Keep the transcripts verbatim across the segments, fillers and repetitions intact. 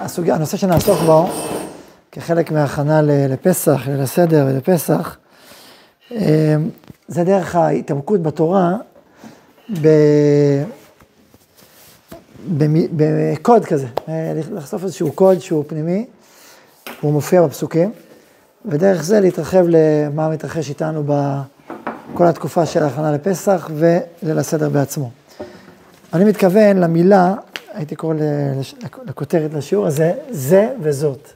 הסוגיה, הנושא שנעסוק בו, כחלק מההכנה לפסח, לסדר ולפסח, זה דרך ההתעמקות בתורה, בקוד כזה, לחשוף איזשהו קוד שהוא פנימי, הוא מופיע בפסוקים, ודרך זה להתרחב למה מתרחש איתנו בכל התקופה של ההכנה לפסח וליל הסדר בעצמו. אני מתכוון למילה, הייתי קורא לכותרת לשיעור הזה, זה וזאת.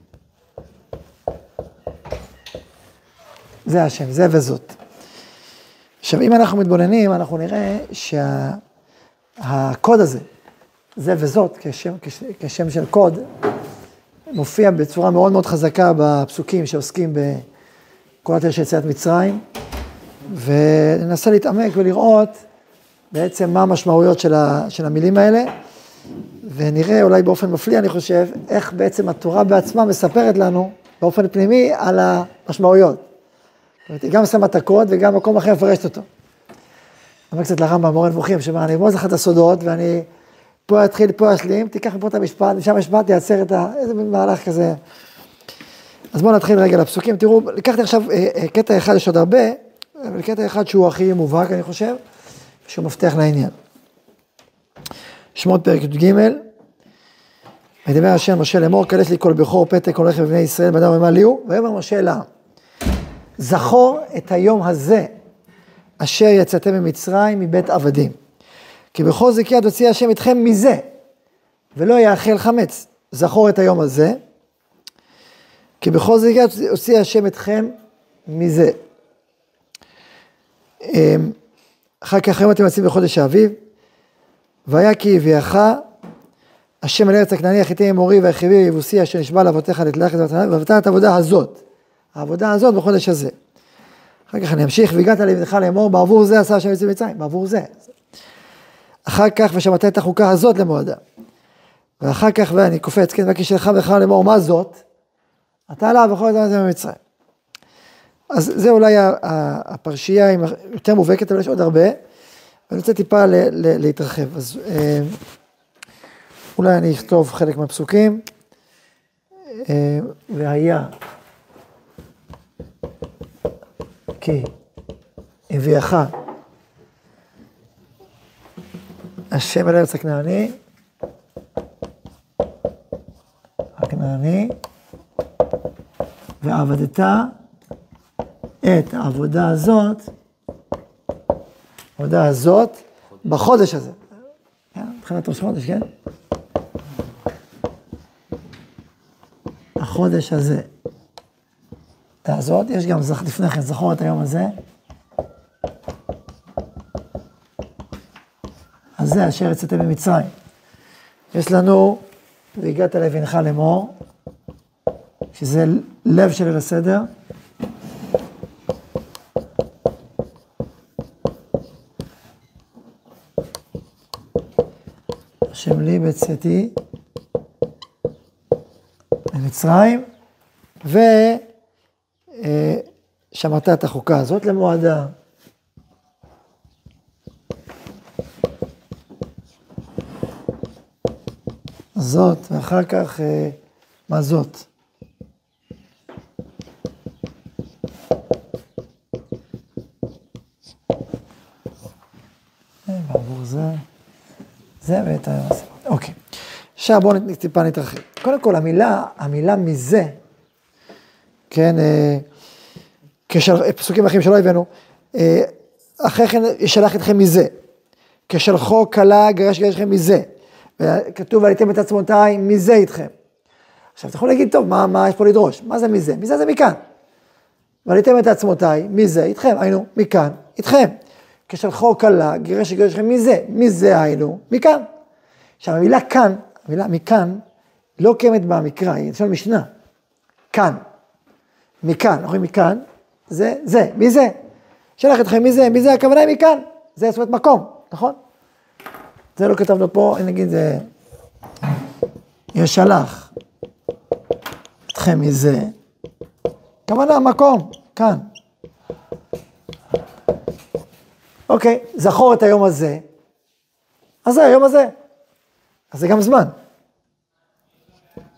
זה השם, זה וזאת. עכשיו, אם אנחנו מתבוננים, אנחנו נראה שהקוד הזה, זה וזאת, כשם, כשם של קוד, מופיע בצורה מאוד מאוד חזקה בפסוקים שעוסקים בכל התהליך של יציאת מצרים, וננסה להתעמק ולראות בעצם מה המשמעויות של, ה, של המילים האלה, ונראה אולי באופן מפליא, אני חושב, איך בעצם התורה בעצמה מספרת לנו באופן פנימי על המשמעויות. זאת אומרת, היא גם שמה את הקוד וגם מקום אחר מפרשת אותו. אני אומר קצת לרמב"ם, מורה נבוכים, שאומר, אני אגמוז לך את הסודות, ואני פה אתחיל, פה אשלים, תיקח מפה את המשפט, ושם המשפט תייצר את ה... איזה מהלך כזה. אז בואו נתחיל רגע לפסוקים. תראו, לקחתי עכשיו קטע אחד, יש עוד הרבה, אבל קטע אחד שהוא הכי מובהק, אני חושב, שהוא מפתח לעניין. שמות פרק י"ג, וידבר השם משה לאמור, קלט לי כל בכור פתק כל רכב בבני ישראל, בדם ומה ליהו, ויאמר משה לעם, זכור את היום הזה, אשר יצאתם ממצרים מבית עבדים, כי בכל זכייה תוציא השם אתכם מזה, ולא יאכל חמץ. זכור את היום הזה, כי בכל זכייה תוציא השם אתכם מזה. אחר כך היום אתם יוצאים בחודש האביב, והיה כי הביאך השם אל ארץ הכנעני, החיתי האמורי והחיבי והיבוסי, אשר נשבע לאבותיך לתלך ואבטח את העבודה הזאת, העבודה הזאת בחודש הזה. אחר כך אני אמשיך, והגעת לבנך לאמור, בעבור זה עשה השם יצא מצרים, בעבור זה. אחר כך ושמעת את החוקה הזאת למועדה. ואחר כך, ואני קופץ, כן, וכי שלך ולך לאמור, מה זאת? אתה עליו וכל זאת זה ממצרים. אז זה אולי הפרשייה יותר מובהקת, אבל יש עוד הרבה, ואני רוצה טיפה להתרחב. אז אולי אני אכתוב חלק מהפסוקים, והיה כי הביאך השם אל ארץ הכנעני, הכנעני, ועבדת את העבודה הזאת, העבודה הזאת, בחודש הזה. מבחינת ראש חודש, כן? החודש הזה. הזאת, יש גם לפני כן, זכור את היום הזה. אז זה אשר יצאתם ממצרים. יש לנו, והגעת לבנך לאמור, שזה לב של ליל הסדר. השם לי בצאתי ממצרים, ושמרת את החוקה הזאת למועדה. זאת, ואחר כך, מה זאת? בעבור זה, זה ואת היום הזה. אוקיי. עכשיו בואו טיפה נתרחב. קודם כל, המילה, המילה מזה, כן, פסוקים אחרים שלא הבאנו, אחרי כן ישלח אתכם מזה, כשלחו כלה גרש גרש אתכם מזה, וכתוב ועליתם את עצמותיי מזה איתכם. עכשיו אתה יכול להגיד, טוב, מה, מה יש פה לדרוש? מה זה מזה? מזה זה מכאן. ועליתם את עצמותיי מזה איתכם, היינו מכאן איתכם. כשלחו כלה גרש גרש אתכם מזה, מזה היינו מכאן. עכשיו המילה כאן, המילה מכאן, לא קיימת במקרא, היא נשאל משנה. כאן. מכאן, אנחנו רואים מכאן, זה, זה, מי זה? שלח אתכם מי זה, מי זה הכוונה היא מכאן, זה זאת אומרת מקום, נכון? זה לא כתבנו פה, אני נגיד זה, ישלח אתכם מזה, כוונה מקום, כאן. אוקיי, זכור את היום הזה, אז זה היום הזה, אז זה גם זמן.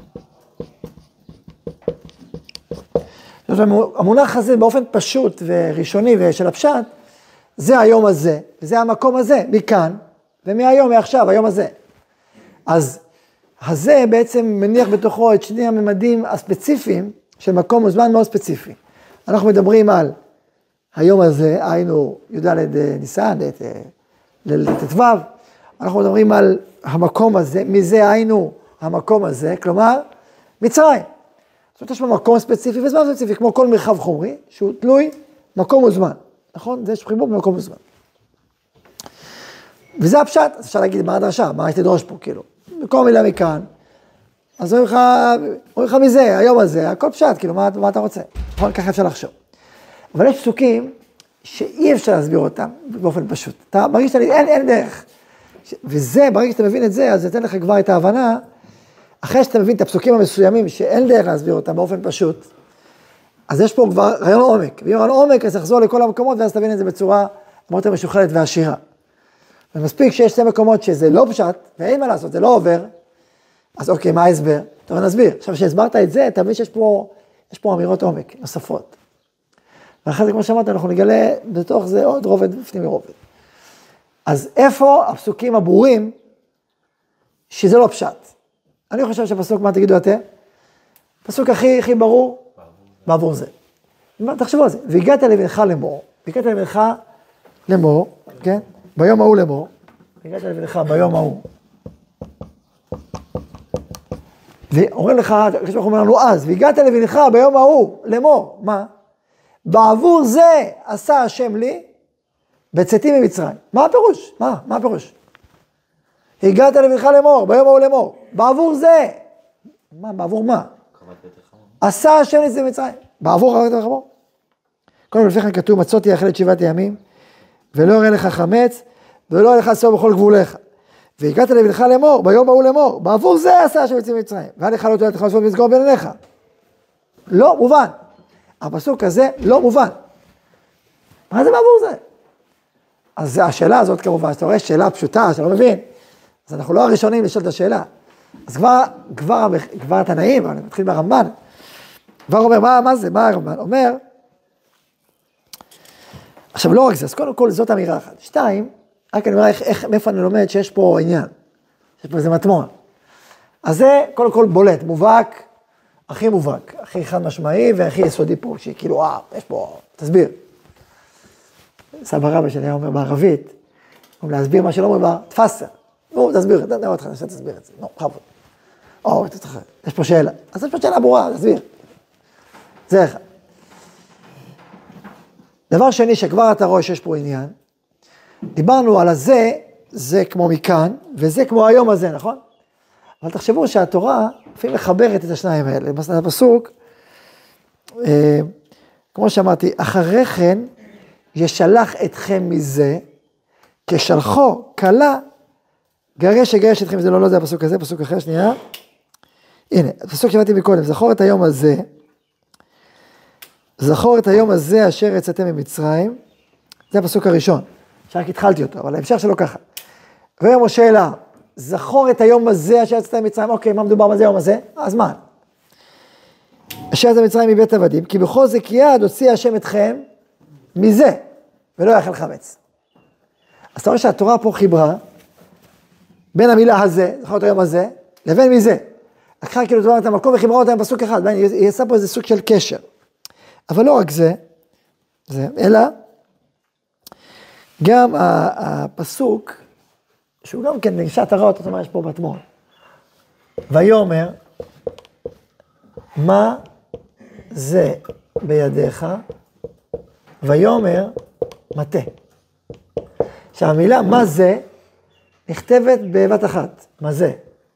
המונח הזה באופן פשוט וראשוני ושל הפשט, זה היום הזה, וזה המקום הזה, מכאן, ומהיום, מעכשיו, היום הזה. אז הזה בעצם מניח בתוכו את שני הממדים הספציפיים של מקום וזמן מאוד ספציפי. אנחנו מדברים על היום הזה, היינו י"ד ניסן, לט"ו, אנחנו מדברים על המקום הזה, מזה היינו המקום הזה, כלומר, מצרים. זאת אומרת, יש פה מקום ספציפי וזמן ספציפי, כמו כל מרחב חומרי, שהוא תלוי מקום וזמן, נכון? זה יש חיבור במקום וזמן. וזה הפשט, אז אפשר להגיד, מה הדרשה? מה יש לדרוש פה, כאילו? בכל מילה מכאן, אז אומרים לך, אומרים לך מזה, היום הזה, הכל פשט, כאילו, מה, מה אתה רוצה? נכון? ככה אפשר לחשוב. אבל יש פסוקים שאי אפשר להסביר אותם באופן פשוט. אתה מרגיש שאתה, אין, אין דרך. וזה, ברגע שאתה מבין את זה, אז זה ייתן לך כבר את ההבנה, אחרי שאתה מבין את הפסוקים המסוימים, שאין דרך להסביר אותם באופן פשוט, אז יש פה כבר רעיון עומק. רעיון עומק, אז תחזור לכל המקומות, ואז תבין את זה בצורה מאוד יותר משוכללת ועשירה. ומספיק שיש שתי מקומות שזה לא פשט, ואין מה לעשות, זה לא עובר, אז אוקיי, מה ההסבר? טוב, נסביר. עכשיו, כשהסברת את זה, אתה מבין שיש פה, יש פה אמירות עומק, נוספות. ואחרי זה, כמו שאמרת, אנחנו נגלה בתוך זה עוד רובד בפנים מרובד. אז איפה הפסוקים הברורים, שזה לא פשט? אני חושב שהפסוק, מה תגידו אתם? הפסוק הכי, הכי ברור, בעבור זה. תחשבו על זה, והגעת לבנך לאמור, והגעת לבנך לאמור, כן? ביום ההוא לאמור, והגעת לבנך ביום ההוא. ואומר לך, כשאנחנו אומרים לנו אז, והגעת לבנך ביום ההוא לאמור, מה? בעבור זה עשה השם לי, בצאתי ממצרים. מה הפירוש? מה? מה הפירוש? הגעת לבנך לאמור, ביום ההוא לאמור. בעבור זה. מה? בעבור מה? עשה השם לי במצרים. בעבור חמת בית החמור. קודם לפני כן כתוב, מצותי אכל את שבעת ימים, ולא יראה לך חמץ, ולא יראה לך סוף בכל גבוליך. והגעת לבנך לאמור, ביום ההוא לאמור. בעבור זה עשה השם לי במצרים. ועד לך לא תולד לך סוף מסגור בין עיניך. לא מובן. הפסוק הזה לא מובן. מה זה בעבור זה? אז השאלה הזאת כמובן, שאתה רואה שאלה פשוטה, שאתה לא מבין, אז אנחנו לא הראשונים לשאול את השאלה. אז כבר, כבר, כבר התנאים, אני מתחיל מהרמב"ן, כבר אומר, מה, מה זה, מה הרמב"ן? אומר, עכשיו לא רק זה, אז קודם כל זאת אמירה אחת. שתיים, רק אני אומר, איך, איך, מאיפה אני לומד שיש פה עניין, שיש פה איזה מטמון. אז זה קודם כל בולט, מובהק, הכי מובהק, הכי חד משמעי והכי יסודי פה, שכאילו, אה, יש פה, תסביר. סבא רבא שאני אומר בערבית, הוא להסביר מה שלא אומר בה, תפסה. נו, תסביר, נראה אותך, נשאר תסביר את זה. נו, חבוד. או, יש פה שאלה. אז יש פה שאלה ברורה, תסביר. זה אחד. דבר שני, שכבר אתה רואה שיש פה עניין, דיברנו על הזה, זה כמו מכאן, וזה כמו היום הזה, נכון? אבל תחשבו שהתורה לפעמים מחברת את השניים האלה. בסדר, הפסוק, אה, כמו שאמרתי, אחרי כן, ישלח אתכם מזה, כשלחו קלה, גרש יגרש אתכם, זה לא, לא זה הפסוק הזה, פסוק אחר, שנייה. הנה, הפסוק שבאתי מקודם, זכור את היום הזה, זכור את היום הזה אשר יצאתם ממצרים, זה הפסוק הראשון, שרק התחלתי אותו, אבל ההמשך שלו ככה. ואומר משה אלה, זכור את היום הזה אשר יצאתם ממצרים, אוקיי, מה מדובר בזה היום הזה? הזמן. אשר יצאתם ממצרים מבית עבדים, כי בכל זה כי יד הוציא השם אתכם מזה, ולא יאכל חמץ. אז אתה רואה שהתורה פה חיברה, בין המילה הזה, זכור את היום הזה, לבין מזה. לקחה כאילו את המקום וחיברה אותם בפסוק אחד, היא עשה פה איזה סוג של קשר. אבל לא רק זה, זה אלא, גם הפסוק, שהוא גם כן נגשת הרע אותו, מה יש פה בתמון. ויאמר, מה זה בידיך? ויאמר, מטה. עכשיו המילה מה זה, נכתבת בבת אחת, מה זה?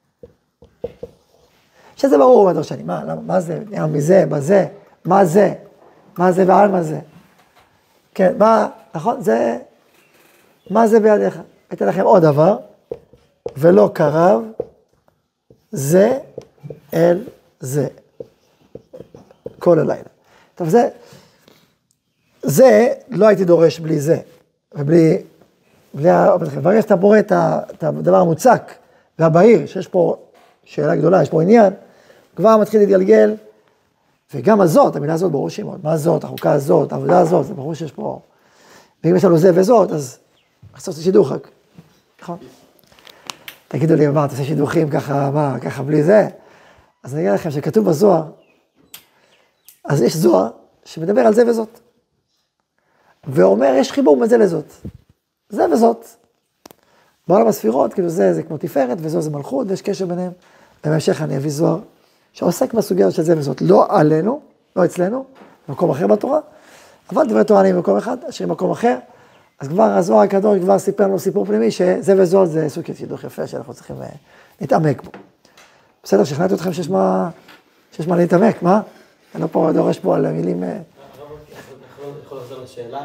שזה ברור בדרשני, מה, למה, מה זה, מזה, בזה, מה זה, מה זה ועל מה זה. כן, מה, נכון, זה, מה זה בידיך? אתן לכם עוד דבר, ולא קרב, זה אל זה. כל הלילה. טוב, זה, זה לא הייתי דורש בלי זה, ובלי, בלי, ברגע שאתה בורא את הדבר המוצק והבהיר, שיש פה שאלה גדולה, יש פה עניין, כבר מתחיל להתגלגל וגם הזאת, המילה הזאת ברור שהיא מאוד, מה זאת, החוקה הזאת, העבודה הזאת, זה ברור שיש פה, ואם יש לנו זה וזאת, אז לעשות שידוך רק, נכון? תגידו לי, מה, תעשה שידוכים ככה, מה, ככה בלי זה? אז אני אגיד לכם שכתוב בזוהר, אז יש זוהר שמדבר על זה וזאת, ואומר, יש חיבור בין זה לזאת, זה וזאת. בעולם הספירות, כאילו זה, זה כמו תפארת, וזו זה מלכות, ויש קשר ביניהם. ובהמשך אני אביא זוהר, שעוסק בסוגיה של זה וזאת, לא עלינו, לא אצלנו, במקום אחר בתורה, אבל דברי תורה אני במקום אחד, אשר במקום אחר, אז כבר הזוהר הקדוש כבר סיפר לנו סיפור פנימי, שזה וזאת זה סוג של שידוך יפה, שאנחנו צריכים להתעמק בו. בסדר, שכנעתי אתכם שיש מה, שיש מה להתעמק, מה? אני לא פה דורש פה על מילים... יכול לחזור לשאלה?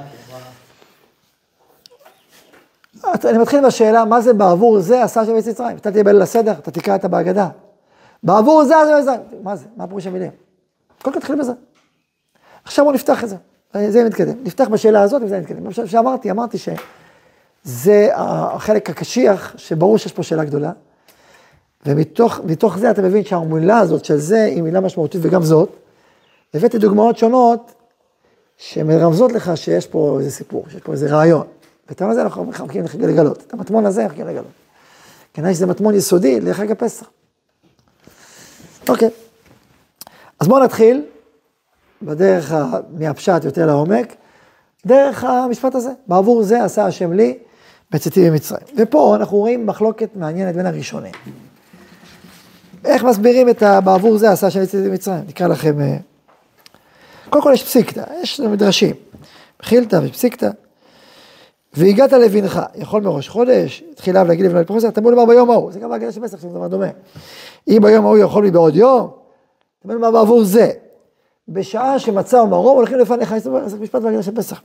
אני מתחיל בשאלה, מה זה בעבור זה עשה שם מצרים? אתה תהיה בליל הסדר, אתה תקרא את בהגדה. בעבור זה עשה שם מצרים. מה זה? מה פירוש המילים? כל כך תתחיל בזה. עכשיו בוא נפתח את זה. זה מתקדם. נפתח בשאלה הזאת, וזה מתקדם. עכשיו שאמרתי, אמרתי שזה החלק הקשיח, שברור שיש פה שאלה גדולה, ומתוך מתוך זה אתה מבין שהמילה הזאת של זה היא מילה משמעותית וגם זאת, הבאתי דוגמאות שונות שמרמזות לך שיש פה איזה סיפור, שיש פה איזה רעיון. ואת הזה אנחנו מחכים לגלות, את המטמון הזה מחכים לגלות. כנראה שזה מטמון יסודי לחג הפסח. אוקיי. אז בואו נתחיל בדרך מהפשט יותר לעומק, דרך המשפט הזה. בעבור זה עשה השם לי בצאתי ממצרים. ופה אנחנו רואים מחלוקת מעניינת בין הראשונים. איך מסבירים את בעבור זה עשה השם לי בצאתי ממצרים? נקרא לכם, קודם כל יש פסיקתא, יש מדרשים. מחילתא ופסיקתא. והגעת לבנך, יכול מראש חודש, תחילה ולהגיד לבנו לפרוסה, תמול לומר ביום ההוא, זה גם בהגדה של פסח, שזה דבר דומה. אם ביום ההוא יכול לי בעוד יום, תמול לומר בעבור זה. בשעה שמצא ומרום, הולכים לפניך, יש משפט בהגדה של פסח.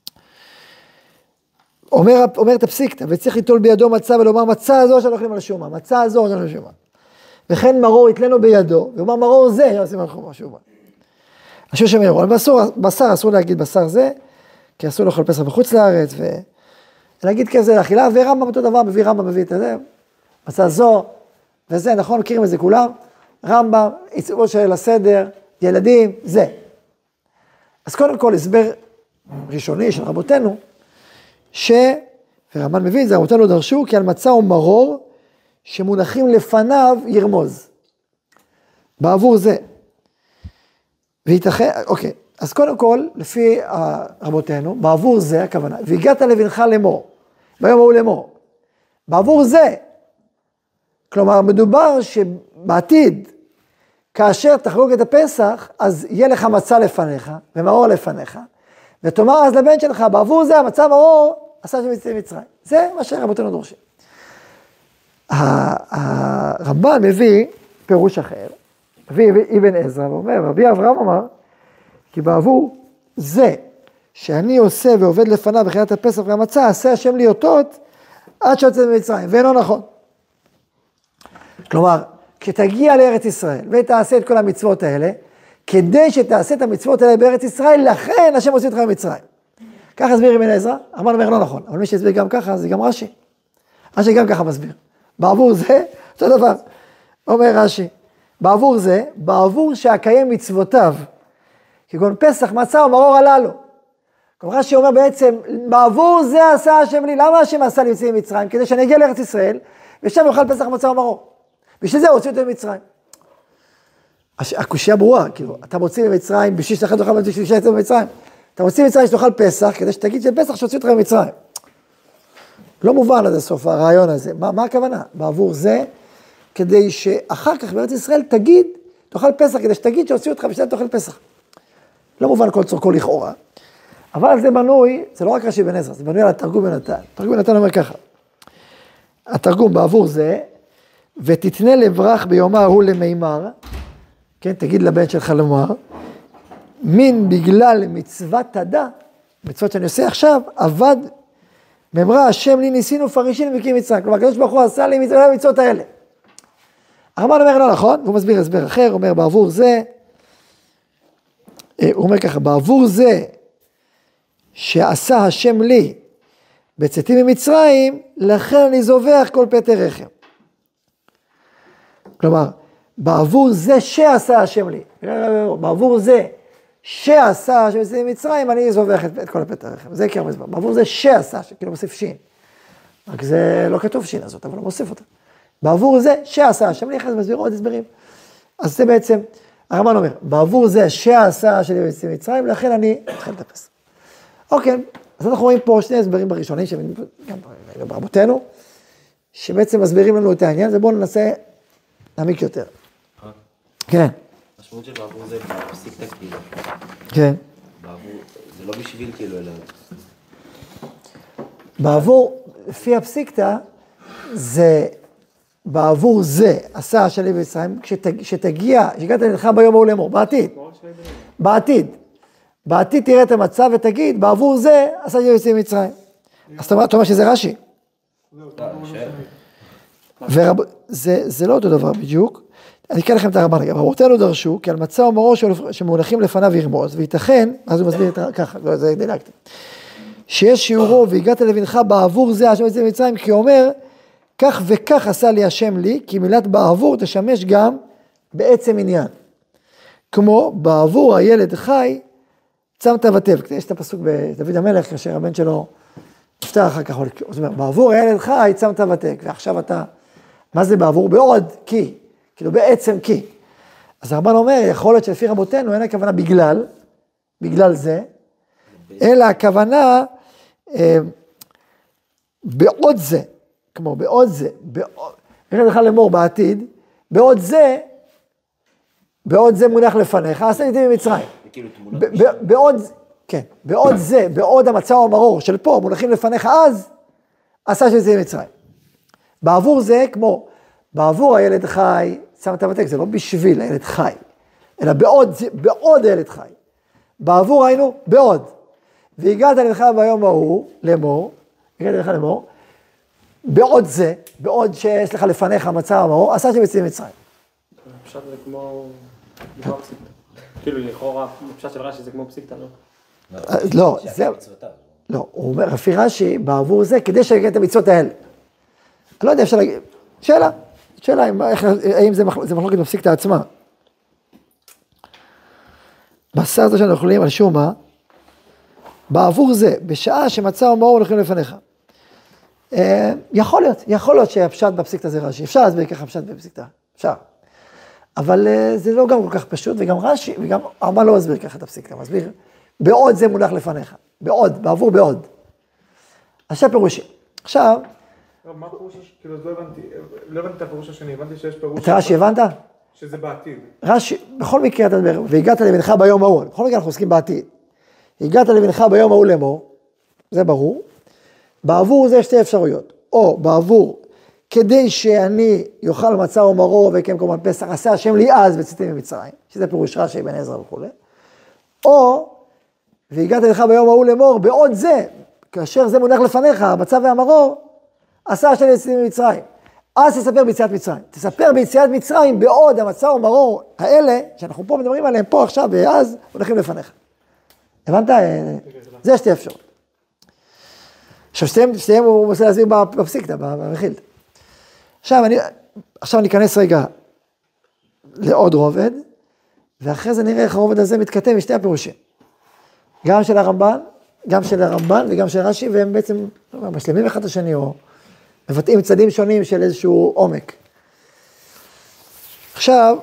אומר, אומר את הפסיקתא, וצריך ליטול בידו מצא ולומר, מצא הזו שאנחנו הולכים על השומה, מצא הזו שאנחנו הולכים על השומה. וכן מרור יתלנו בידו, ואומר מרור זה, שעושים על השומה. השור שמרור, בשר אסור להגיד בשר זה, כי אסור לאכול פסח בחוץ לארץ, ו... להגיד כזה לאכילה, ורמב"ם אותו דבר, מביא רמב"ם, מביא את זה, מצא זו, וזה, נכון, מכירים את זה כולם, רמב"ם, עיצובו של הסדר, ילדים, זה. אז קודם כל, הסבר ראשוני של רבותינו, ש, ורמב"ם מביא את זה, רבותינו דרשו, כי על מצה ומרור, שמונחים לפניו ירמוז. בעבור זה. ויתכן, אוקיי. אז קודם כל, לפי רבותינו, בעבור זה הכוונה, והגעת לבנך לאמור, ביום ההוא לאמור, בעבור זה, כלומר, מדובר שבעתיד, כאשר תחגוג את הפסח, אז יהיה לך מצה לפניך, ומאור לפניך, ותאמר אז לבן שלך, בעבור זה המצה מאור, עשה שם יצא מצרים. זה מה שרבותינו דורשים. הרמב"ם מביא פירוש אחר, מביא אבן עזרא, ואומר, רבי אברהם אמר, כי בעבור זה שאני עושה ועובד לפניו בחיית הפסח והמצה, עשה השם לי אותות עד שיוצא ממצרים, ואינו נכון. כלומר, כשתגיע לארץ ישראל ותעשה את כל המצוות האלה, כדי שתעשה את המצוות האלה בארץ ישראל, לכן השם עושה אותך במצרים. ככה הסביר אבן עזרא, הרמב"ם אומר לא נכון, אבל מי שהסביר גם ככה, זה גם רש"י. רש"י גם ככה מסביר. בעבור זה, אותו דבר, אומר רש"י, בעבור זה, בעבור שאקיים מצוותיו, כגון פסח, מצה ומרור הללו. כלומר רש"י אומר בעצם, בעבור זה עשה השם לי, למה השם עשה לי יוצאים ממצרים? כדי שאני אגיע לארץ ישראל, ושם יאכל פסח, מצה ומרור. בשביל זה הוציא אותי ממצרים. הקושיה ברורה, כאילו, אתה מוציא ממצרים, בשביל שאתה תאכל בשביל שאתה ממצרים. אתה מוציא ממצרים שתאכל פסח, כדי שתגיד שפסח שהוציא אותך ממצרים. לא מובן עד הסוף הרעיון הזה. מה, מה הכוונה? בעבור זה, כדי שאחר כך בארץ ישראל תגיד, תאכל פסח, כדי שתגיד שהוציא אותך בשביל תאכל פסח. לא מובן כל צורכו לכאורה. אבל זה בנוי, זה לא רק רש"י אבן עזרא, זה בנוי על התרגום בנתן. התרגום בנתן אומר ככה, התרגום בעבור זה, ותתנה לברך ביומה ההוא למימר, כן, תגיד לבן שלך לומר, מין בגלל מצוות תדה, מצוות שאני עושה עכשיו, עבד, ממרה השם לי ניסינו פרישים ומקים מצרים, כלומר, הקדוש ברוך הוא עשה לי מצוות האלה. הרמב"ם אומר לא נכון, והוא מסביר הסבר אחר, הוא אומר בעבור זה, הוא אומר ככה, בעבור זה, שעשה השם לי, בצאתי ממצרים, לכן אני זובח כל פטר רחם. כלומר, בעבור זה שעשה השם לי, בעבור זה שעשה השם לי מצרים, אני זובח את, את כל הפת הרחם, זה עיקר מזבר, בעבור זה שעשה, כאילו מוסיף שין, רק זה לא כתוב שין הזאת, אבל הוא מוסיף אותה, בעבור זה שעשה השם לי, אחרי זה מסביר עוד הסברים, אז זה בעצם, הרמב"ן אומר, בעבור זה שעשה השם לי מצרים, לכן אני מתחיל לטפס. אוקיי, אז אנחנו רואים פה שני הסברים בראשונים, שגם ברבותינו, שבעצם מסבירים לנו את העניין, ובואו ננסה להעמיק יותר. כן. המשמעות של בעבור זה להפסיק את הכאילו. כן. בעבור, זה לא בשביל כאילו, אלא... בעבור, לפי הפסיקתא, זה בעבור זה, עשה השם לי מצרים, כשתגיע, כשהגעת לך ביום ההוא לאמור, בעתיד. בעתיד. בעתיד תראה את המצב ותגיד, בעבור זה עשה השם לי מצרים. אז אתה אומר שזה רש"י. וזה לא אותו דבר בדיוק, אני אקרא לכם את הרמב"ן, רבותינו דרשו, כי על מצה ומרו שמונחים לפניו ירמוז, וייתכן, אז הוא מסביר ככה, לא, זה דילגתי, שיש שיעורו והגעת לבנך בעבור זה השם יצא ממצרים, כי הוא אומר, כך וכך עשה לי השם לי, כי מילת בעבור תשמש גם בעצם עניין, כמו בעבור הילד חי, צמת ותב, יש את הפסוק בדוד המלך, כאשר הבן שלו נפטר אחר כך, זאת אומרת, בעבור הילד חי, צמת ותק, ועכשיו אתה, מה זה בעבור? בעוד, כי, כאילו בעצם כי. אז הרמב"ן אומר, יכול להיות שלפי רבותינו, אין הכוונה בגלל, בגלל זה, אלא הכוונה אה, בעוד זה, כמו בעוד זה, בעוד, יש לך לאמור בעתיד, בעוד זה, בעוד זה מונח לפניך, עשה ניתים ממצרים. בעוד, כן, בעוד זה, בעוד המצה או המרור של פה, מונחים לפניך אז, עשה שזה מצרים. בעבור זה, כמו, בעבור הילד חי, שמת ותק, זה לא בשביל הילד חי, אלא בעוד, בעוד הילד חי. בעבור היינו, בעוד. והגעת לך ביום ההוא, לאמור, הגעת לך לאמור, בעוד זה, בעוד שיש לך לפניך המצה או המרור, עשה שזה מצרים. פשט זה כמו, כמו פסיקתא. כאילו לכאורה, פשט של רש"י זה כמו פסיקתא, לא? לא, זה, לא, הוא אומר, לפי רש"י, בעבור זה, כדי שיגעת את המצוות האלה. אני לא יודע, אפשר להגיד, שאלה, שאלה, האם זה מחלוקת בפסיקתא עצמה. בשר הזה שאנחנו יכולים על שום מה, בעבור זה, בשעה שמצה ומאור הולכים לפניך. יכול להיות, יכול להיות שהפשט בפסיקתא זה רש"י, אפשר להסביר ככה פשט בפסיקתא, אפשר. אבל זה לא גם כל כך פשוט, וגם רש"י, וגם הרמב"ן לא מסביר ככה את הפסיקתא, מסביר, בעוד זה מונח לפניך, בעוד, בעבור בעוד. עכשיו פירושים. עכשיו, מה פירוש, כאילו לא הבנתי, לא הבנתי את הפירוש השני, הבנתי שיש פירוש... את רש"י הבנת? שזה בעתיד. רש"י, בכל מקרה אתה מדבר, והגעת לבנך ביום ההוא, בכל מקרה אנחנו עוסקים בעתיד. הגעת לבנך ביום ההוא לאמור, זה ברור. בעבור זה שתי אפשרויות, או בעבור, כדי שאני יאכל מצה ומרור ויקיים קורבן פסח, עשה השם לי אז בצאתי ממצרים, שזה פירוש רש"י בן עזרא וכו'. או, והגעת לך ביום ההוא לאמור, בעוד זה, כאשר זה מונח לפניך, המצה והמרור, עשה השם לי בצאתי ממצרים. אז תספר ביציאת מצרים. תספר ביציאת מצרים בעוד המצה ומרור האלה, שאנחנו פה מדברים עליהם פה עכשיו, ואז הולכים לפניך. הבנת? זה שתי אפשרות. עכשיו, שתיהם הוא מנסה להסביר בפסיקתא, במחילתא. עכשיו, אני, עכשיו אני אכנס רגע לעוד רובד, ואחרי זה נראה איך הרובד הזה מתכתב עם שתי הפירושים. גם של הרמב"ן, גם של הרמב"ן וגם של רש"י, והם בעצם משלמים אחד את השני, או מבטאים צדדים שונים של איזשהו עומק. עכשיו,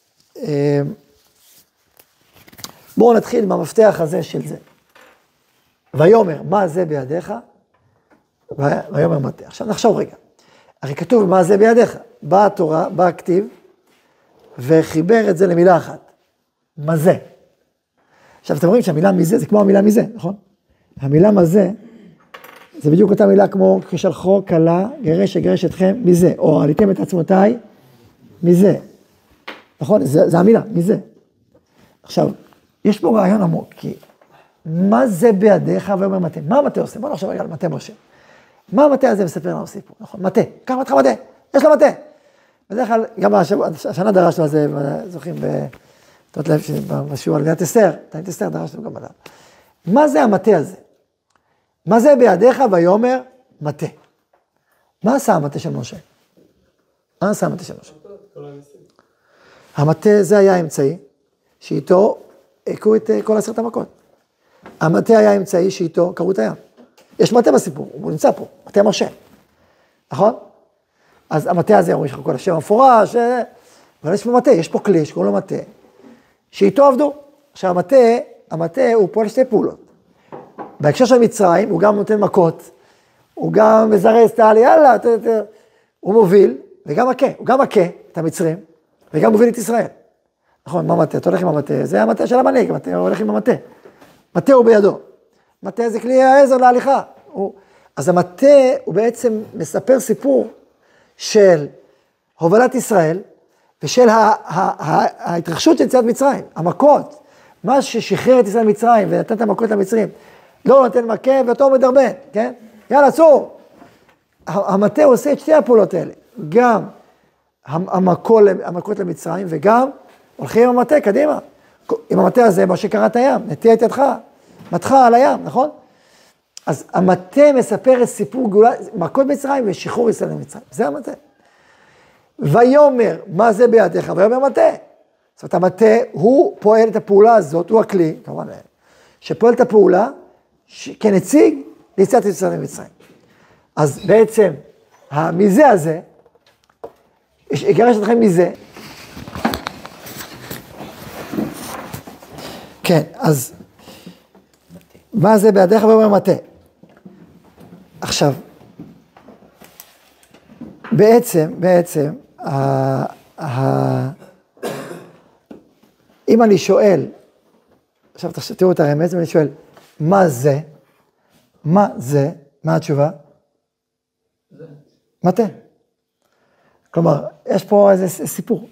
בואו נתחיל מהמפתח הזה של זה. ויאמר, מה זה בידיך? ויאמר מטה. עכשיו נחשוב רגע. הרי כתוב מה זה בידיך. באה התורה, באה הכתיב, וחיבר את זה למילה אחת. מה זה? עכשיו אתם רואים שהמילה מזה זה כמו המילה מזה, נכון? המילה מה זה, זה בדיוק אותה מילה כמו כשלחו כלה, גרש אגרש אתכם מזה, או עליתם את עצמותיי מזה. נכון? זה, זה המילה, מזה. עכשיו, יש פה רעיון עמוק, כי מה זה בידיך ואומר מטה? מה המטה עושה? בוא נחשוב רגע על מטה משה. מה המטה הזה מספר לנו סיפור? נכון, מטה. קח מתך מטה, יש לו מטה. בדרך כלל, גם השנה דרשנו על זה, זוכרים, בתות לב, בשיעור על גנת אסתר, תנית אסתר דרשנו גם עליו. מה זה המטה הזה? מה זה בידיך ויאמר מטה? מה עשה המטה של משה? מה עשה המטה של משה? המטה זה היה האמצעי, שאיתו הכו את כל עשרת המכות. המטה היה האמצעי שאיתו קראו את הים. יש מטה בסיפור, הוא נמצא פה, מטה משה, נכון? אז המטה הזה, אומרים שחקו על השם המפורש, אבל יש פה מטה, יש פה כלי שקוראים לו מטה, שאיתו עבדו. עכשיו המטה, המטה הוא פועל שתי פעולות. בהקשר של מצרים, הוא גם נותן מכות, הוא גם מזרז את העלי, יאללה, ת, ת, הוא מוביל, וגם מכה, הוא גם מכה את המצרים, וגם מוביל את ישראל. נכון, מה מטה? אתה הולך עם המטה, זה המטה של המנהיג, המטה הולך עם המטה. מטה הוא בידו. מטה זה כלי העזר להליכה. הוא... אז המטה הוא בעצם מספר סיפור של הובלת ישראל, ושל ה- ה- ה- ההתרחשות של יציאת מצרים, המכות, מה ששחרר את ישראל מצרים ונתן את המכות למצרים, לא נותן מכה ואותו מדרבן, כן? יאללה, צור. המטה עושה את שתי הפעולות האלה, גם המכות, המכות למצרים, וגם הולכים עם המטה, קדימה. עם המטה הזה, מה שקרא את הים, נטיע את ידך, מתך על הים, נכון? אז המטה מספר את סיפור גאולה, מכות מצרים ושחרור ישראל למצרים, זה המטה. ויאמר, מה זה בידיך? ויאמר מטה. זאת אומרת, המטה, הוא פועל את הפעולה הזאת, הוא הכלי, כמובן, שפועל את הפעולה כנציג ליציאת ישראל למצרים. אז בעצם, המזה הזה, אגרש אתכם מזה, כן, אז, מה זה בידיך? ויאמר מטה. עכשיו, בעצם, בעצם, ה, ה, אם אני שואל, עכשיו תראו את הרמז, ואני שואל, מה זה? מה זה? מה התשובה? זה. מטה. כלומר, יש פה איזה סיפור.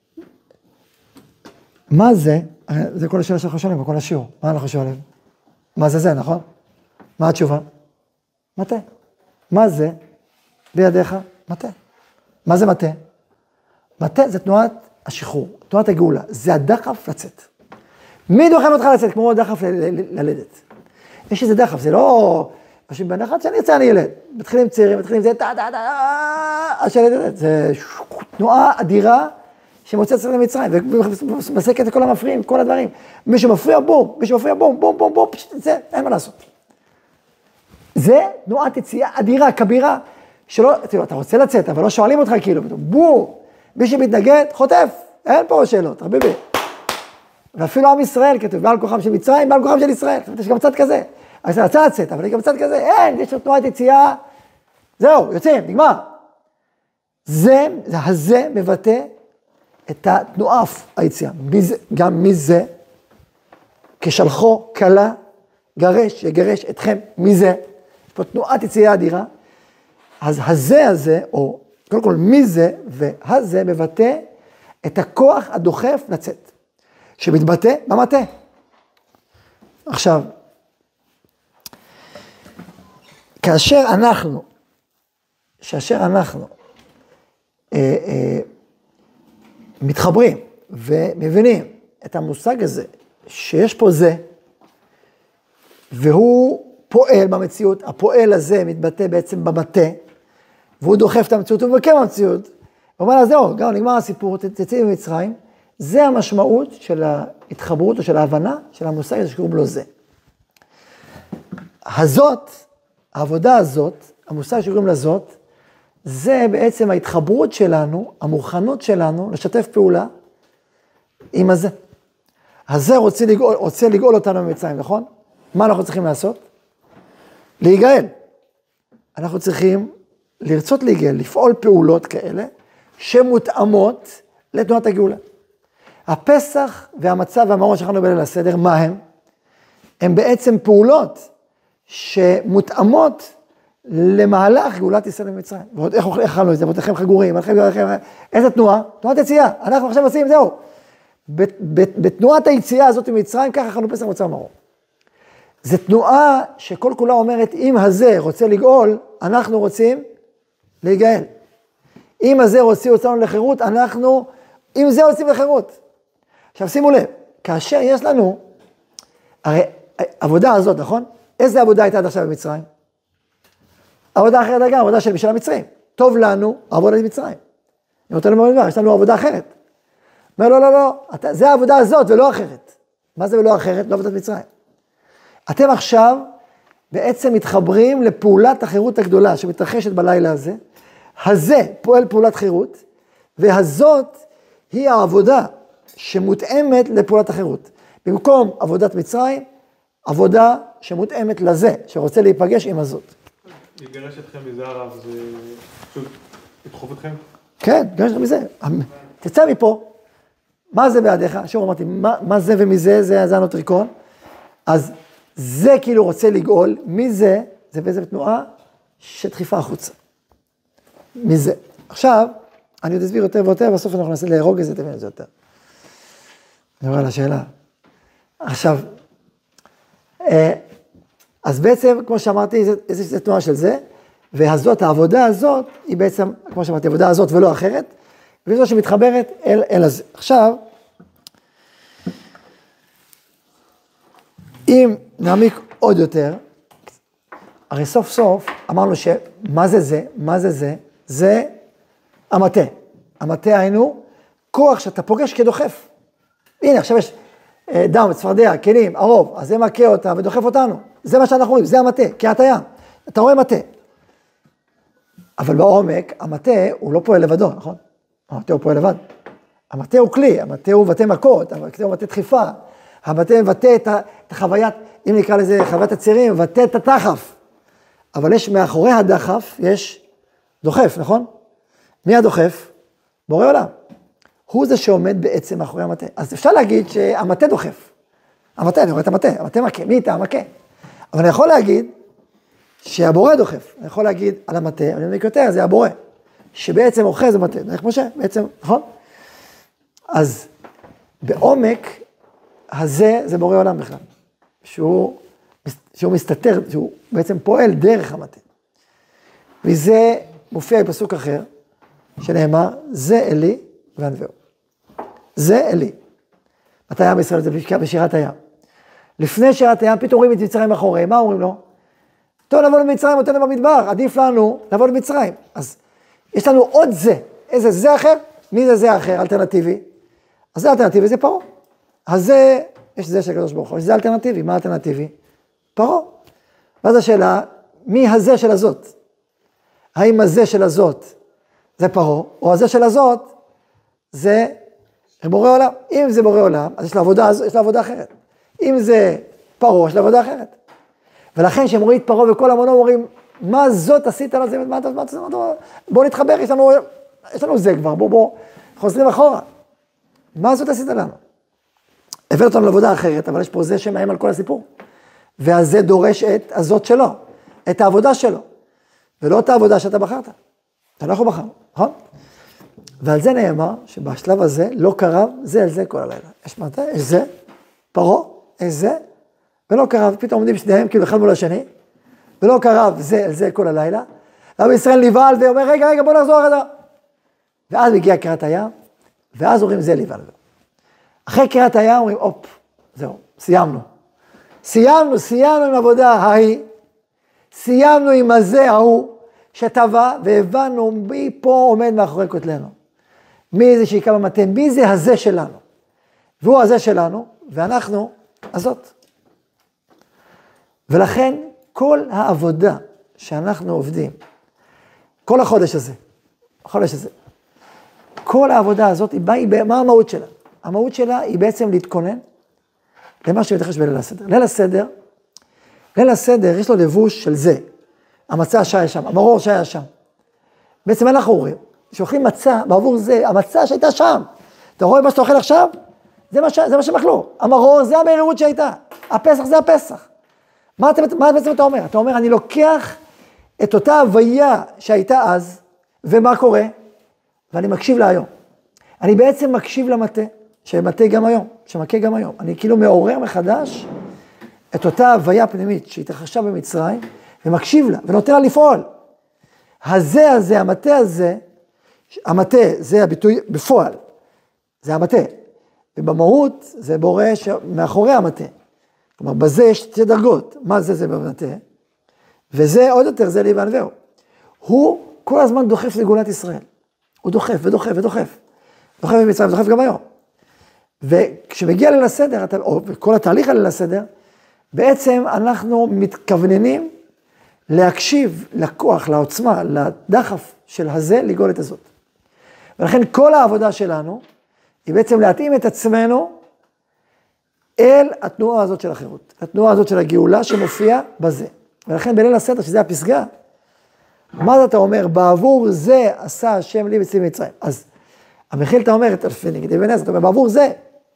מה זה? זה כל השאלה שאנחנו שואלים, בכל השיעור. מה אנחנו שואלים? מה זה זה, נכון? מה התשובה? מטה. מה זה? בידיך? מטה. מה זה מטה? מטה זה תנועת השחרור, תנועת הגאולה. זה הדחף לצאת. מי דוחף אותך לצאת? כמו דחף ללדת. יש איזה דחף, זה לא... אנשים בנחת שאני יצא אני ילד. מתחילים צעירים, מתחילים זה... אז שלדת, זה תנועה אדירה שמוצאת צאת למצרים, ומסקת את כל המפריעים, כל הדברים. מי שמפריע בום, מי שמפריע בום, בום, בום, בום, פשוט זה, אין מה לעשות. זה תנועת יציאה אדירה, כבירה, שלא, תראו, אתה רוצה לצאת, אבל לא שואלים אותך כאילו, בום, מי שמתנגד, חוטף, אין פה שאלות, רביבי. ואפילו עם ישראל כתוב, בעל כוחם של מצרים, בעל כוחם של ישראל, זאת אומרת, יש גם צד כזה. אז אתה רצה לצאת, אבל יש גם צד כזה, אין, יש תנועת יציאה, זהו, יוצאים, נגמר. זה, הזה מבטא את התנועה היציאה, גם מזה, כשלחו קלה, גרש, יגרש אתכם מזה, יש פה תנועת יציאה אדירה, אז הזה הזה, או קודם כל מזה והזה מבטא את הכוח הדוחף לצאת, שמתבטא במטה. עכשיו, כאשר אנחנו, כאשר אנחנו אה, אה, מתחברים ומבינים את המושג הזה, שיש פה זה, והוא פועל במציאות, הפועל הזה מתבטא בעצם במטה, והוא דוחף את המציאות, הוא מבקר במציאות, הוא אומר לה, זהו, גם נגמר הסיפור, תצאי ממצרים, זה המשמעות של ההתחברות או של ההבנה של המושג הזה שקוראים לו זה. הזאת, העבודה הזאת, המושג שקוראים לזאת, זה בעצם ההתחברות שלנו, המוכנות שלנו לשתף פעולה עם הזה. הזה רוצה לגאול, רוצה לגאול אותנו ממצרים, נכון? מה אנחנו צריכים לעשות? להיגאל. אנחנו צריכים לרצות להיגאל, לפעול פעולות כאלה, שמותאמות לתנועת הגאולה. הפסח והמצב והמרון שאנחנו בליל הסדר, מה הם? הם בעצם פעולות שמותאמות למהלך גאולת ישראל במצרים. ועוד איך אכלנו את זה? ועודכם חגורים, איזה תנועה? תנועת יציאה. אנחנו עכשיו עושים, זהו. בתנועת היציאה הזאת ממצרים, ככה אכלנו פסח ומצב ומרון. זו תנועה שכל כולה אומרת, אם הזה רוצה לגאול, אנחנו רוצים להיגאל. אם הזה רוצה אותנו לחירות, אנחנו, אם זה רוצים לחירות. עכשיו שימו לב, כאשר יש לנו, הרי העבודה הזאת, נכון? איזה עבודה הייתה עד עכשיו במצרים? עבודה אחרת גם, עבודה של בשביל המצרים. טוב לנו, עבודה למצרים. אם אתה לא אומר, יש לנו עבודה אחרת. אומר, לא, לא, לא, אתה, זה העבודה הזאת ולא אחרת. מה זה ולא אחרת? לא עבודת מצרים. אתם עכשיו בעצם מתחברים לפעולת החירות הגדולה שמתרחשת בלילה הזה. הזה פועל פעולת חירות, והזאת היא העבודה שמותאמת לפעולת החירות. במקום עבודת מצרים, עבודה שמותאמת לזה, שרוצה להיפגש עם הזאת. לגרש אתכם מזה הרב, זה פשוט לדחוף אתכם? כן, לגרש אתכם מזה. תצא מפה. מה זה בידיך? שוב אמרתי, מה, מה זה ומזה? זה, זה הנוטריקון. אז זה כאילו רוצה לגאול, מזה, זה באיזה תנועה שדחיפה החוצה. מזה. עכשיו, אני עוד אסביר יותר ויותר, בסוף אנחנו ננסה להרוג את זה, תבין את זה יותר. אני רואה על השאלה. עכשיו, אז בעצם, כמו שאמרתי, זה, זה, זה תנועה של זה, והזאת, העבודה הזאת, היא בעצם, כמו שאמרתי, העבודה הזאת ולא אחרת, וזו שמתחברת אל, אל הזה. עכשיו, אם נעמיק עוד יותר, הרי סוף סוף אמרנו שמה זה זה, מה זה זה, זה המטה. המטה היינו כוח שאתה פוגש כדוחף. הנה, עכשיו יש דם, צפרדע, כלים, הרוב, אז זה מכה אותה ודוחף אותנו. זה מה שאנחנו רואים, זה המטה, קריאת הים. אתה רואה מטה. אבל בעומק, המטה הוא לא פועל לבדו, נכון? המטה הוא פועל לבד. המטה הוא כלי, המטה הוא מבטא מכות, המטה הוא מבטא דחיפה. המטה מבטא את החוויית, אם נקרא לזה חוויית הצירים, מבטא את התחף. אבל יש מאחורי הדחף, יש דוחף, נכון? מי הדוחף? בורא עולם. הוא זה שעומד בעצם מאחורי המטה. אז אפשר להגיד שהמטה דוחף. המטה, אני רואה את המטה, המטה מכה, מי איתה? מכה. אבל אני יכול להגיד שהבורא דוחף. אני יכול להגיד על המטה, אבל אני יותר, זה הבורא. שבעצם אוחז המטה, דרך משה, בעצם, נכון? אז בעומק הזה, זה בורא עולם בכלל. שהוא, שהוא מסתתר, שהוא בעצם פועל דרך המטה. וזה מופיע בפסוק אחר, שנאמר, זה אלי וענווהו. זה אלי. מתי עם ישראל זה בשירת הים? לפני שירת הים, פתאום רואים את מצרים אחורי, מה אומרים לו? טוב, לבוא למצרים, אותנו במדבר, עדיף לנו לבוא למצרים. אז יש לנו עוד זה, איזה זה אחר? מי זה זה אחר, אלטרנטיבי? אז זה אלטרנטיבי, זה פרעה. אז זה, יש זה של הקדוש ברוך הוא, זה אלטרנטיבי, מה אלטרנטיבי? פרעה. ואז השאלה, מי הזה של הזאת? האם הזה של הזאת זה פרעה, או הזה של הזאת זה בורא עולם. אם זה בורא עולם, אז יש לה עבודה, יש לה עבודה אחרת. אם זה פרעה, יש לה עבודה אחרת. ולכן שהם רואים את פרעה וכל המונו אומרים, מה זאת עשית על זה? מה אתה עשית? בוא נתחבר, יש לנו, יש לנו זה כבר, בוא, בוא, חוזרים אחורה. מה זאת עשית לנו? הבאת אותנו לעבודה אחרת, אבל יש פה זה שמאיים על כל הסיפור. והזה דורש את הזאת שלו, את העבודה שלו. ולא את העבודה שאתה בחרת. אתה לא יכול בחר, נכון? ועל זה נאמר שבשלב הזה לא קרב זה על זה כל הלילה. יש מטה, יש זה, פרעה, יש זה, ולא קרב, פתאום עומדים שניהם כאילו אחד מול השני, ולא קרב זה על זה כל הלילה, ועם ישראל נבהל ואומר רגע רגע בוא נחזור אחרי. ואז מגיע קריאת הים, ואז אומרים זה נבהל. אחרי קריאת הים אומרים אופ, זהו, סיימנו. סיימנו, סיימנו עם עבודה ההיא, סיימנו עם הזה ההוא, שטבע והבנו מי פה עומד מאחורי כותלנו. מי זה שיקע במטה, מי זה הזה שלנו. והוא הזה שלנו, ואנחנו הזאת. ולכן כל העבודה שאנחנו עובדים, כל החודש הזה, החודש הזה, כל העבודה הזאת, היא באה, מה המהות שלה? המהות שלה היא בעצם להתכונן למה שמתרחש בליל הסדר. ליל הסדר, ליל הסדר יש לו לבוש של זה. המצה שהיה שם, המרור שהיה שם. בעצם אנחנו רואים, שאוכלים מצה בעבור זה, המצה שהייתה שם. אתה רואה מה שאתה אוכל עכשיו? זה מה, ש... זה מה שמאכלו. המרור זה המהירות שהייתה. הפסח זה הפסח. מה, אתה... מה בעצם אתה אומר? אתה אומר, אני לוקח את אותה הוויה שהייתה אז, ומה קורה? ואני מקשיב לה היום. אני בעצם מקשיב למטה, שמטה גם היום, שמכה גם היום. אני כאילו מעורר מחדש את אותה הוויה פנימית שהתרחשה במצרים, ומקשיב לה, ונותן לה לפעול. הזה הזה, המטה הזה, המטה זה הביטוי בפועל, זה המטה. ובמהות זה בורא מאחורי המטה. כלומר, בזה יש שתי דרגות. מה זה זה במטה? וזה עוד יותר, זה אלי וענווהו. הוא כל הזמן דוחף לגאולת ישראל. הוא דוחף ודוחף ודוחף. דוחף במצרים ודוחף גם היום. וכשמגיע ליל הסדר, או כל התהליך על ליל הסדר, בעצם אנחנו מתכווננים להקשיב לכוח, לעוצמה, לדחף של הזה, לגאול את הזאת. ולכן כל העבודה שלנו, היא בעצם להתאים את עצמנו אל התנועה הזאת של החירות, התנועה הזאת של הגאולה שמופיעה בזה. ולכן בליל הסדר, שזה הפסגה, מה זה אתה אומר? בעבור זה עשה השם לי בצלי מצרים. אז המחיל אתה אומר, נגיד אבן עזרא, אתה אומר, בעבור זה,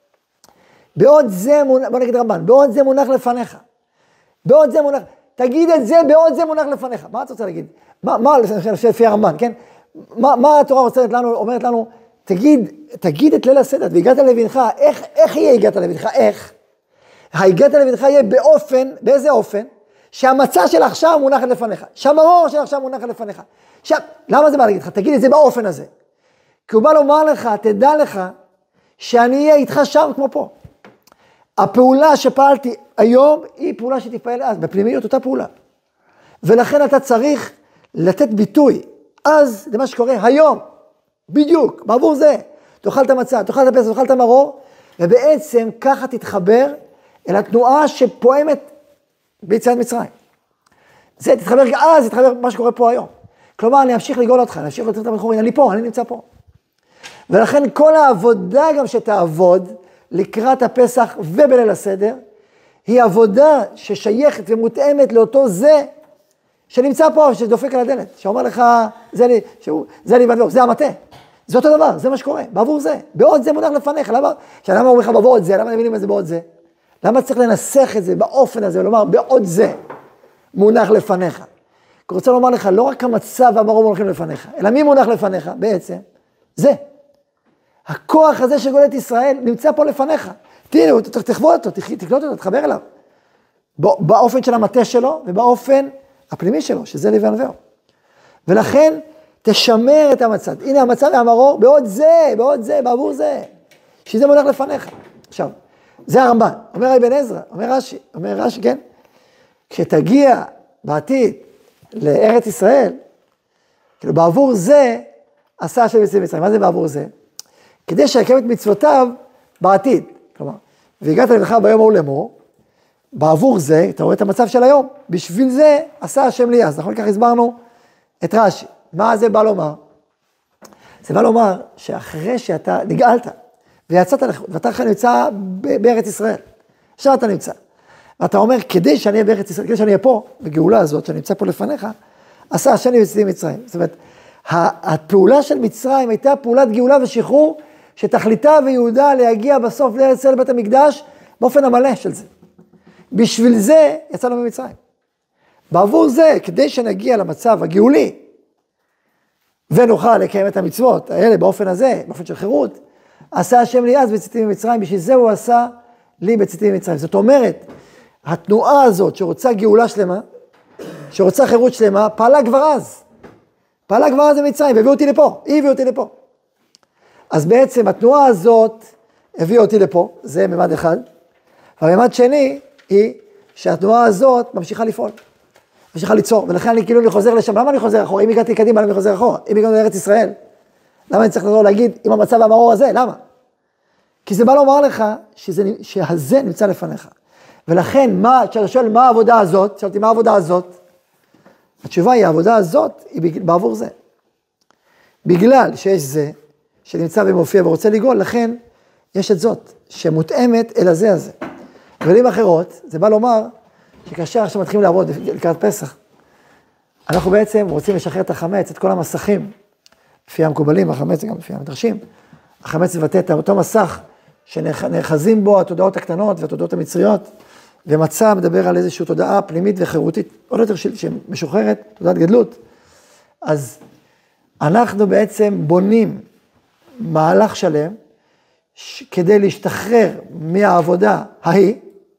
בעוד זה מונח, בוא נגיד רמב"ן, בעוד זה מונח לפניך, בעוד זה מונח, תגיד את זה, בעוד זה מונח לפניך. מה את רוצה להגיד? מה, מה, לפי הרמב"ן, כן? מה, מה התורה רוצה לנו, אומרת לנו, תגיד, תגיד את ליל הסדר, והגעת לבנך, איך, איך יהיה הגעת לבנך? איך? הגעת לבנך יהיה באופן, באיזה אופן? שהמצע של עכשיו מונחת לפניך, שהמרור של עכשיו מונחת לפניך. עכשיו, למה זה בא להגיד לך? תגיד את זה באופן הזה. כי הוא בא לומר לך, תדע לך, שאני אהיה איתך שם כמו פה. הפעולה שפעלתי היום, היא פעולה שתפעל אז, בפנימיות אותה פעולה. ולכן אתה צריך לתת ביטוי, אז זה מה שקורה היום, בדיוק, בעבור זה. תאכל את המצע, תאכל את הפסח, תאכל את המרור, ובעצם ככה תתחבר אל התנועה שפועמת ביציאת מצרים. זה תתחבר, אז תתחבר מה שקורה פה היום. כלומר, אני אמשיך לגאול אותך, אני אמשיך לתת את המחורים, אני פה, אני נמצא פה. ולכן כל העבודה גם שתעבוד לקראת הפסח ובליל הסדר, היא עבודה ששייכת ומותאמת לאותו זה שנמצא פה, שדופק על הדלת, שאומר לך, זה לי, שהוא, זה לי בדבר, זה המטה. זה אותו דבר, זה מה שקורה, בעבור זה. בעוד זה מונח לפניך, למה? למה אומרים לך בעבור זה, למה נבינים את זה בעוד זה? למה צריך לנסח את זה באופן הזה, ולומר, בעוד זה מונח לפניך? אני רוצה לומר לך, לא רק המצב והמרור מונחים לפניך, אלא מי מונח לפניך בעצם? זה. הכוח הזה של גאולת ישראל נמצא פה לפניך. תראו, תחוו אותו, תקלוט אותו, תחבר אליו. באופן של המטה שלו, ובאופן הפנימי שלו, שזה לי וענווהו. ולכן, תשמר את המצב. הנה המצב והמרור, בעוד זה, בעוד זה, בעבור זה. שזה מונח לפניך. עכשיו, זה הרמב"ן, אומר אבן עזרא, אומר רש"י, אומר רש"י, כן? כשתגיע בעתיד לארץ ישראל, כאילו בעבור זה, עשה השם בצלי מצרים. מה זה בעבור זה? כדי שיקיים את מצוותיו בעתיד. כלומר, והגעת לבנך ביום ההוא לאמור, בעבור זה, אתה רואה את המצב של היום, בשביל זה עשה השם לי אז. נכון, כך הסברנו את רש"י. מה זה בא לומר? זה בא לומר שאחרי שאתה נגאלת, ויצאת לך, ואתה לך נמצא בארץ ישראל. עכשיו אתה נמצא. ואתה אומר, כדי שאני אהיה בארץ ישראל, כדי שאני אהיה פה, בגאולה הזאת, שאני נמצא פה לפניך, עשה השם לי בצלי מצרים. זאת אומרת, הפעולה של מצרים הייתה פעולת גאולה ושחרור, שתכליתה ויהודה להגיע בסוף לארץ ישראל בית המקדש, באופן המלא של זה. בשביל זה יצאנו ממצרים. בעבור זה, כדי שנגיע למצב הגאולי, ונוכל לקיים את המצוות האלה באופן הזה, באופן של חירות, עשה השם לי אז בצאתי ממצרים, בשביל זה הוא עשה לי בצאתי ממצרים. זאת אומרת, התנועה הזאת שרוצה גאולה שלמה, שרוצה חירות שלמה, פעלה כבר אז. פעלה כבר אז במצרים, והביאו אותי לפה, היא הביאו אותי לפה. אז בעצם התנועה הזאת הביאו אותי לפה, זה ממד אחד, והממד שני היא שהתנועה הזאת ממשיכה לפעול, ממשיכה ליצור, ולכן אני כאילו אני חוזר לשם, למה אני חוזר אחורה? אם הגעתי קדימה, למה אני חוזר אחורה? אם הגענו לארץ ישראל, למה אני צריך לחזור להגיד עם המצב והמרור הזה? למה? כי זה בא לומר לך שזה, שהזה נמצא לפניך. ולכן, מה, כשאתה שואל מה העבודה הזאת, שאלתי מה העבודה הזאת, התשובה היא, העבודה הזאת היא בעבור זה. בגלל שיש זה, שנמצא ומופיע ורוצה לגאול, לכן יש את זאת, שמותאמת אל הזה הזה. במילים אחרות, זה בא לומר, שכאשר עכשיו מתחילים לעבוד לקראת פסח, אנחנו בעצם רוצים לשחרר את החמץ, את כל המסכים, לפי המקובלים, החמץ גם לפי המדרשים, החמץ מבטא את אותו מסך, שנאחזים בו התודעות הקטנות והתודעות המצריות, ומצא מדבר על איזושהי תודעה פנימית וחירותית, עוד יותר שמשוחררת, תודעת גדלות. אז אנחנו בעצם בונים מהלך שלם, כדי להשתחרר מהעבודה ההיא,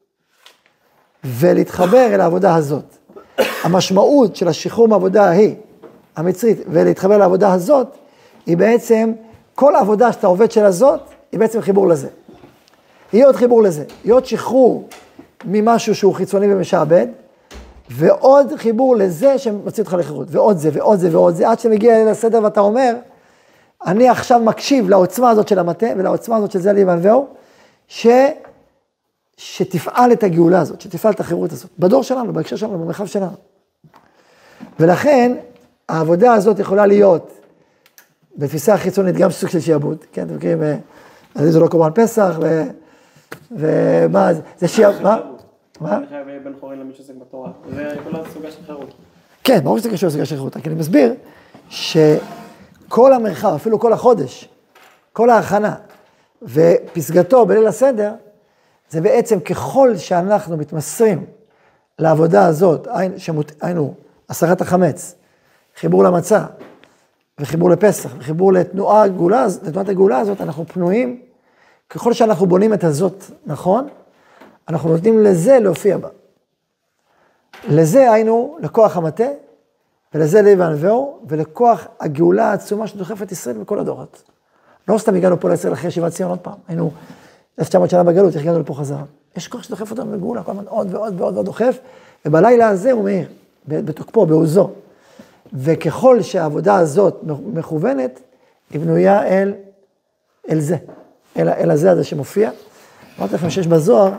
ולהתחבר אל העבודה הזאת. המשמעות של השחרור מהעבודה ההיא, המצרית, ולהתחבר לעבודה הזאת, היא בעצם, כל העבודה שאתה עובד של הזאת, היא בעצם חיבור לזה. היא עוד חיבור לזה, היא עוד שחרור ממשהו שהוא חיצוני ומשעבד, ועוד חיבור לזה שמציא אותך לחירות, ועוד זה, ועוד זה, ועוד זה, עד שמגיע לסדר ואתה אומר, אני עכשיו מקשיב לעוצמה הזאת של המטה, ולעוצמה הזאת של זה לי וענווהו, ש... שתפעל את הגאולה הזאת, שתפעל את החירות הזאת, בדור שלנו, בהקשר שלנו, במרחב שלנו. ולכן, העבודה הזאת יכולה להיות, בתפיסה החיצונית, גם סוג של שיעבוד, כן, אתם מכירים, אז זה לא קורבן פסח, ו... ומה, זה שיעבוד, מה? מה? אני חייב בן חורין למי שעוסק בתורה, זה כל הסוגה של חירות. כן, ברור שזה קשור לסוגה של חירות, כי אני מסביר שכל המרחב, אפילו כל החודש, כל ההכנה, ופסגתו בליל הסדר, זה בעצם ככל שאנחנו מתמסרים לעבודה הזאת, היינו, הסרת החמץ, חיבור למצה, וחיבור לפסח, וחיבור לתנועה הגאולה, לתנועת הגאולה הזאת, אנחנו פנויים, ככל שאנחנו בונים את הזאת נכון, אנחנו נותנים לזה להופיע בה. לזה היינו לכוח המטה, ולזה לב וענווהו, ולכוח הגאולה העצומה שדוחפת ישראל בכל הדורות. לא סתם הגענו פה לישראל אחרי שיבת ציון עוד פעם, היינו אלף תשע מאות שנה בגלות, איך הגענו לפה חזרה. יש כוח שדוחף אותנו לגאולה, כל הזמן עוד ועוד ועוד ועוד דוחף, ובלילה הזה הוא מאיר, בתוקפו, בעוזו. וככל שהעבודה הזאת מכוונת, היא בנויה אל, אל זה, אל, אל הזה הזה שמופיע. אמרתי לכם שיש בזוהר,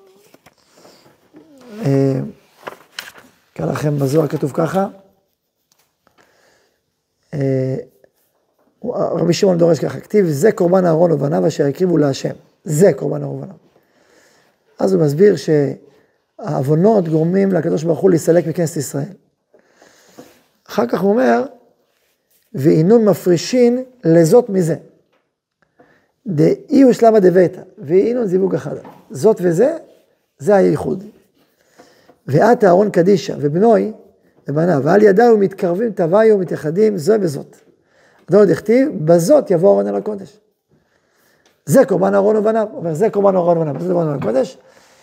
אה, קרא לכם בזוהר כתוב ככה, אה, רבי שמעון דורש ככה, כתיב, זה קורבן אהרון ובניו אשר הקריבו להשם. זה קורבן אהרון ובניו. אז הוא מסביר שהעוונות גורמים לקדוש ברוך הוא להסתלק מכנסת ישראל. אחר כך הוא אומר, ואינון מפרישין לזאת מזה. דאי הושלמה דביתא, ואינון זיווג אחד. זאת וזה, זה הייחוד. ואת אהרון קדישה, ובנוי, ובניו, ועל ידיו מתקרבים, תוויו, מתייחדים, זו בזאת. עוד הכתיב, בזאת יבוא אהרון אל הקודש. זה קורבן אהרון ובניו, הוא אומר, זה קורבן אהרון ובניו, זה קורבן אהרון הקודש.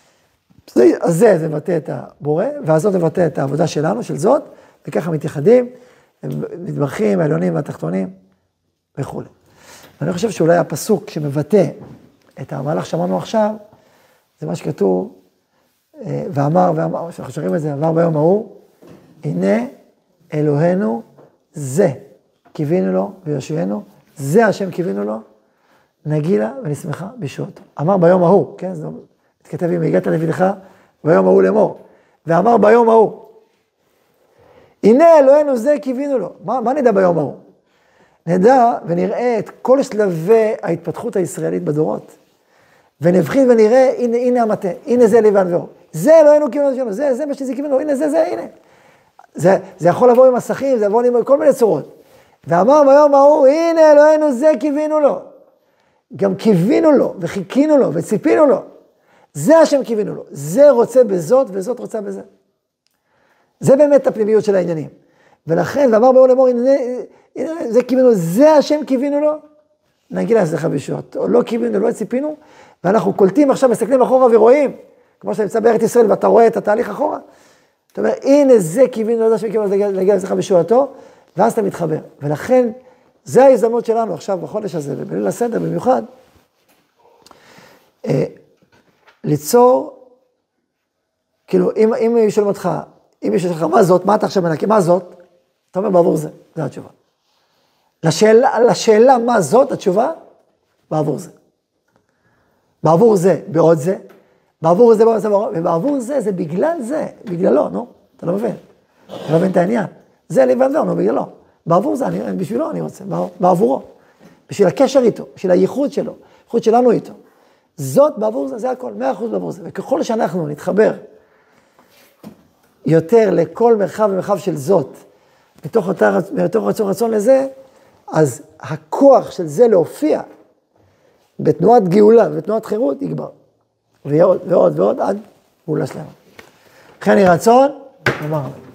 אז זה, זה מבטא את הבורא, והזאת מבטא את העבודה שלנו, של זאת, וככה מתייחדים, מתברכים, העליונים והתחתונים, וכו'. ואני חושב שאולי הפסוק שמבטא את המהלך שאמרנו עכשיו, זה מה שכתוב, ואמר, ואמר, שאנחנו שרים את זה, אמר ביום ההוא, הנה אלוהינו זה, קיווינו לו ויושבנו, זה השם קיווינו לו, נגילה ונשמחה בשעותו. אמר ביום ההוא, כן, זה מתכתב עם הגעת לבדך, ביום ההוא לאמור, ואמר ביום ההוא, הנה אלוהינו זה קיווינו לו. מה, מה נדע ביום ההוא? נדע ונראה את כל שלבי ההתפתחות הישראלית בדורות, ונבחין ונראה, הנה, הנה המטה, הנה זה לב וענווהו. זה אלוהינו קיווינו שלנו, זה, זה מה שזה קיווינו, הנה זה, זה, הנה. זה, זה יכול לבוא עם מסכים, זה יכול לבוא עם כל מיני צורות. ואמר ביום ההוא, הנה אלוהינו זה קיווינו לו. גם קיווינו לו, וחיכינו לו, וציפינו לו. זה השם קיווינו לו. זה רוצה בזאת, וזאת רוצה בזה. זה באמת הפנימיות של העניינים. ולכן, ואמר ביום לאמור, הנה, הנה, זה קיווינו, זה השם קיווינו לו. נגילה אצלך בשעות. או לא קיווינו, לא ציפינו, ואנחנו קולטים עכשיו, מסתכלים אחורה ורואים, כמו שאתה נמצא בארץ ישראל, ואתה רואה את התהליך אחורה. זאת אומרת, הנה זה קיווינו, זה השם קיווינו, נגילה אצלך בשעתו, ואז אתה מתחבר. ולכן, זה ההזדמנות שלנו עכשיו בחודש הזה, ובליל הסדר במיוחד, אה, ליצור, כאילו, אם, אם מישהו שואל אותך, אם מישהו שואל אותך, מה זאת, מה אתה עכשיו מנקי, מה זאת? אתה אומר, בעבור זה, זה התשובה. לשאלה, לשאלה מה זאת, התשובה, בעבור זה. בעבור זה, בעוד זה, בעבור זה, בעבור זה, ובעבור זה, זה בגלל זה, בגללו, נו, אתה לא מבין. אתה לא מבין את העניין. זה לבנדו, נו, בגללו. בעבור זה, אני, בשבילו אני רוצה, בעבורו. בשביל הקשר איתו, בשביל הייחוד שלו, הייחוד שלנו איתו. זאת בעבור זה, זה הכל, מאה אחוז בעבור זה. וככל שאנחנו נתחבר יותר לכל מרחב ומרחב של זאת, מתוך אותה, מתוך רצון רצון לזה, אז הכוח של זה להופיע בתנועת גאולה ובתנועת חירות יגבר. ועוד ועוד ועוד עד גאולה שלנו. לכן יהי רצון, נאמר.